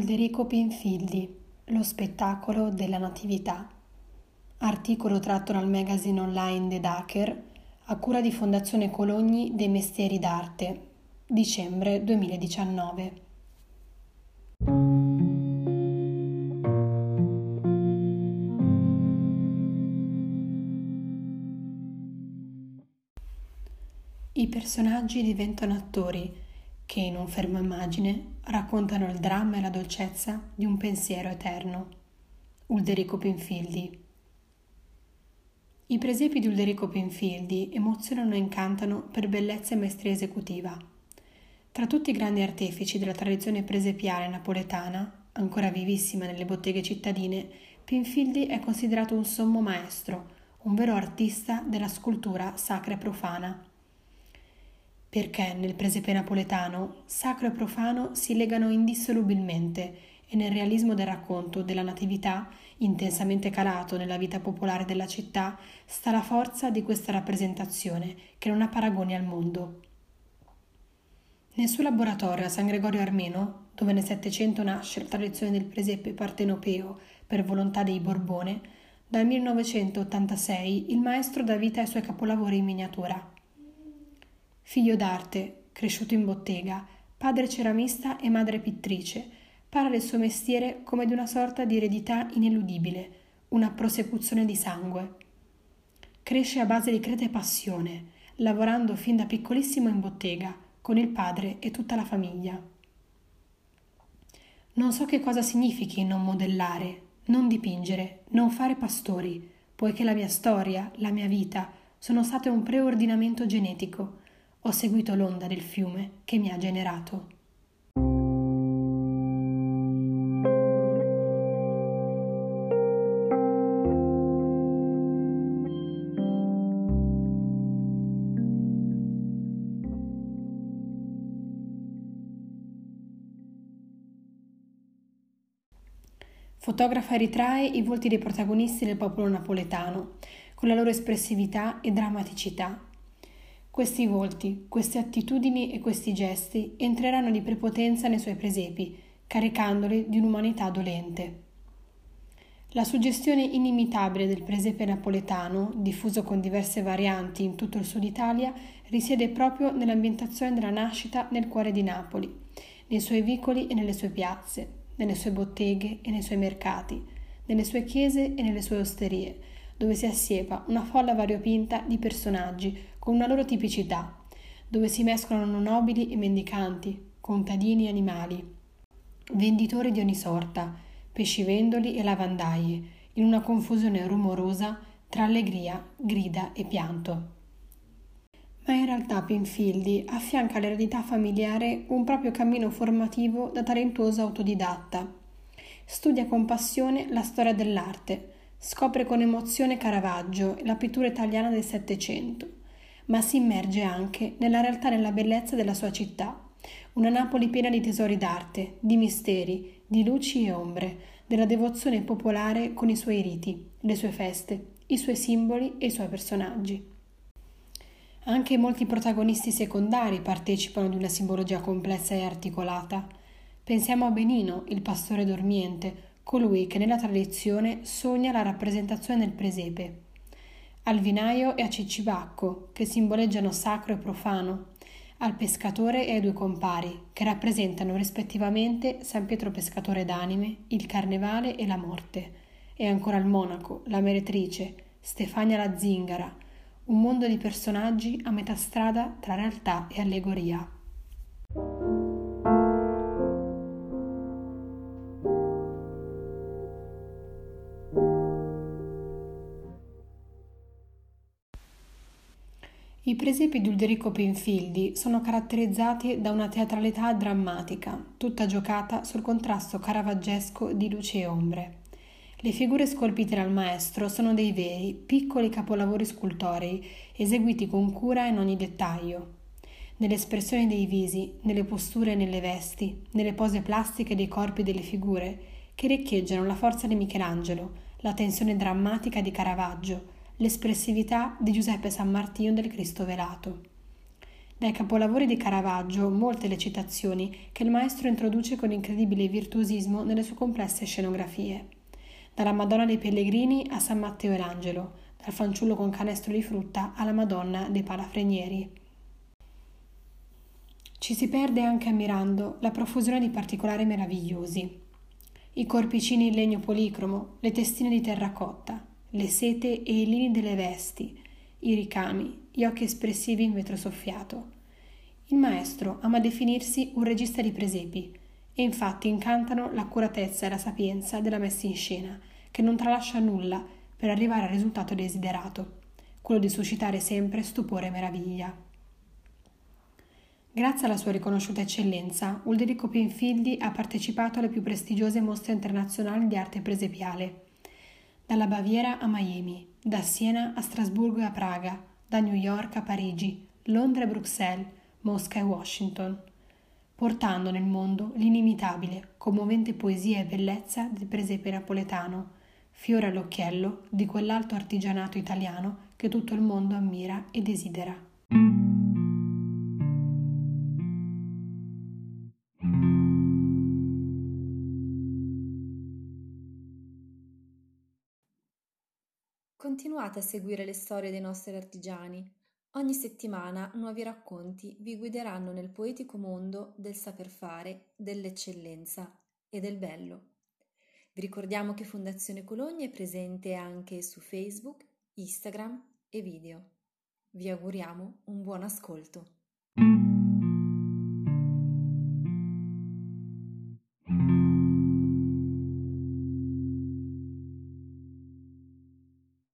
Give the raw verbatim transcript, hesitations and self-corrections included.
Ulderico Pinfildi, Lo spettacolo della natività. Articolo tratto dal magazine online The Dacher, a cura di Fondazione Cologni dei Mestieri d'Arte, dicembre duemiladiciannove. I personaggi diventano attori che, in un fermo immagine, raccontano il dramma e la dolcezza di un pensiero eterno. Ulderico Pinfildi. I presepi di Ulderico Pinfildi emozionano e incantano per bellezza e maestria esecutiva. Tra tutti i grandi artefici della tradizione presepiale napoletana, ancora vivissima nelle botteghe cittadine, Pinfildi è considerato un sommo maestro, un vero artista della scultura sacra e profana. Perché nel presepe napoletano sacro e profano si legano indissolubilmente e nel realismo del racconto della natività, intensamente calato nella vita popolare della città, sta la forza di questa rappresentazione che non ha paragoni al mondo. Nel suo laboratorio a San Gregorio Armeno, dove nel Settecento nasce la tradizione del presepe partenopeo per volontà dei Borbone, dal millenovecentottantasei il maestro dà vita ai suoi capolavori in miniatura. Figlio d'arte, cresciuto in bottega, padre ceramista e madre pittrice, parla del suo mestiere come di una sorta di eredità ineludibile, una prosecuzione di sangue. Cresce a base di creta e passione, lavorando fin da piccolissimo in bottega, con il padre e tutta la famiglia. Non so che cosa significhi non modellare, non dipingere, non fare pastori, poiché la mia storia, la mia vita, sono state un preordinamento genetico. Ho seguito l'onda del fiume che mi ha generato. Fotografa e ritrae i volti dei protagonisti del popolo napoletano, con la loro espressività e drammaticità. Questi volti, queste attitudini e questi gesti entreranno di prepotenza nei suoi presepi, caricandoli di un'umanità dolente. La suggestione inimitabile del presepe napoletano, diffuso con diverse varianti in tutto il sud Italia, risiede proprio nell'ambientazione della nascita nel cuore di Napoli, nei suoi vicoli e nelle sue piazze, nelle sue botteghe e nei suoi mercati, nelle sue chiese e nelle sue osterie, dove si assiepa una folla variopinta di personaggi con una loro tipicità, dove si mescolano nobili e mendicanti, contadini e animali, venditori di ogni sorta, pescivendoli e lavandaie, in una confusione rumorosa tra allegria, grida e pianto. Ma in realtà Pinfildi affianca all'eredità familiare un proprio cammino formativo da talentuoso autodidatta. Studia con passione la storia dell'arte, scopre con emozione Caravaggio e la pittura italiana del Settecento, ma si immerge anche nella realtà e nella bellezza della sua città, una Napoli piena di tesori d'arte, di misteri, di luci e ombre, della devozione popolare con i suoi riti, le sue feste, i suoi simboli e i suoi personaggi. Anche molti protagonisti secondari partecipano di una simbologia complessa e articolata. Pensiamo a Benino, il pastore dormiente, colui che nella tradizione sogna la rappresentazione del presepe, al vinaio e a Cicibacco, che simboleggiano sacro e profano, al pescatore e ai due compari, che rappresentano rispettivamente San Pietro pescatore d'anime, il carnevale e la morte, e ancora al monaco, la meretrice, Stefania la zingara, un mondo di personaggi a metà strada tra realtà e allegoria. I presepi di Ulderico Pinfildi sono caratterizzati da una teatralità drammatica, tutta giocata sul contrasto caravaggesco di luce e ombre. Le figure scolpite dal maestro sono dei veri, piccoli capolavori scultorei, eseguiti con cura in ogni dettaglio. Nelle espressioni dei visi, nelle posture e nelle vesti, nelle pose plastiche dei corpi delle figure, che riecheggiano la forza di Michelangelo, la tensione drammatica di Caravaggio, l'espressività di Giuseppe Sammartino del Cristo velato. Dai capolavori di Caravaggio, molte le citazioni che il maestro introduce con incredibile virtuosismo nelle sue complesse scenografie. Dalla Madonna dei Pellegrini a San Matteo e l'Angelo, dal fanciullo con canestro di frutta alla Madonna dei Palafrenieri. Ci si perde anche ammirando la profusione di particolari meravigliosi. I corpicini in legno policromo, le testine di terracotta, le sete e i lini delle vesti, i ricami, gli occhi espressivi in vetro soffiato. Il maestro ama definirsi un regista di presepi e infatti incantano l'accuratezza e la sapienza della messa in scena, che non tralascia nulla per arrivare al risultato desiderato, quello di suscitare sempre stupore e meraviglia. Grazie alla sua riconosciuta eccellenza, Ulderico Pinfildi ha partecipato alle più prestigiose mostre internazionali di arte presepiale. Dalla Baviera a Miami, da Siena a Strasburgo e a Praga, da New York a Parigi, Londra e Bruxelles, Mosca e Washington, portando nel mondo l'inimitabile, commovente poesia e bellezza del presepe napoletano, fiore all'occhiello di quell'alto artigianato italiano che tutto il mondo ammira e desidera. Continuate a seguire le storie dei nostri artigiani. Ogni settimana nuovi racconti vi guideranno nel poetico mondo del saper fare, dell'eccellenza e del bello. Vi ricordiamo che Fondazione Cologni è presente anche su Facebook, Instagram e video. Vi auguriamo un buon ascolto.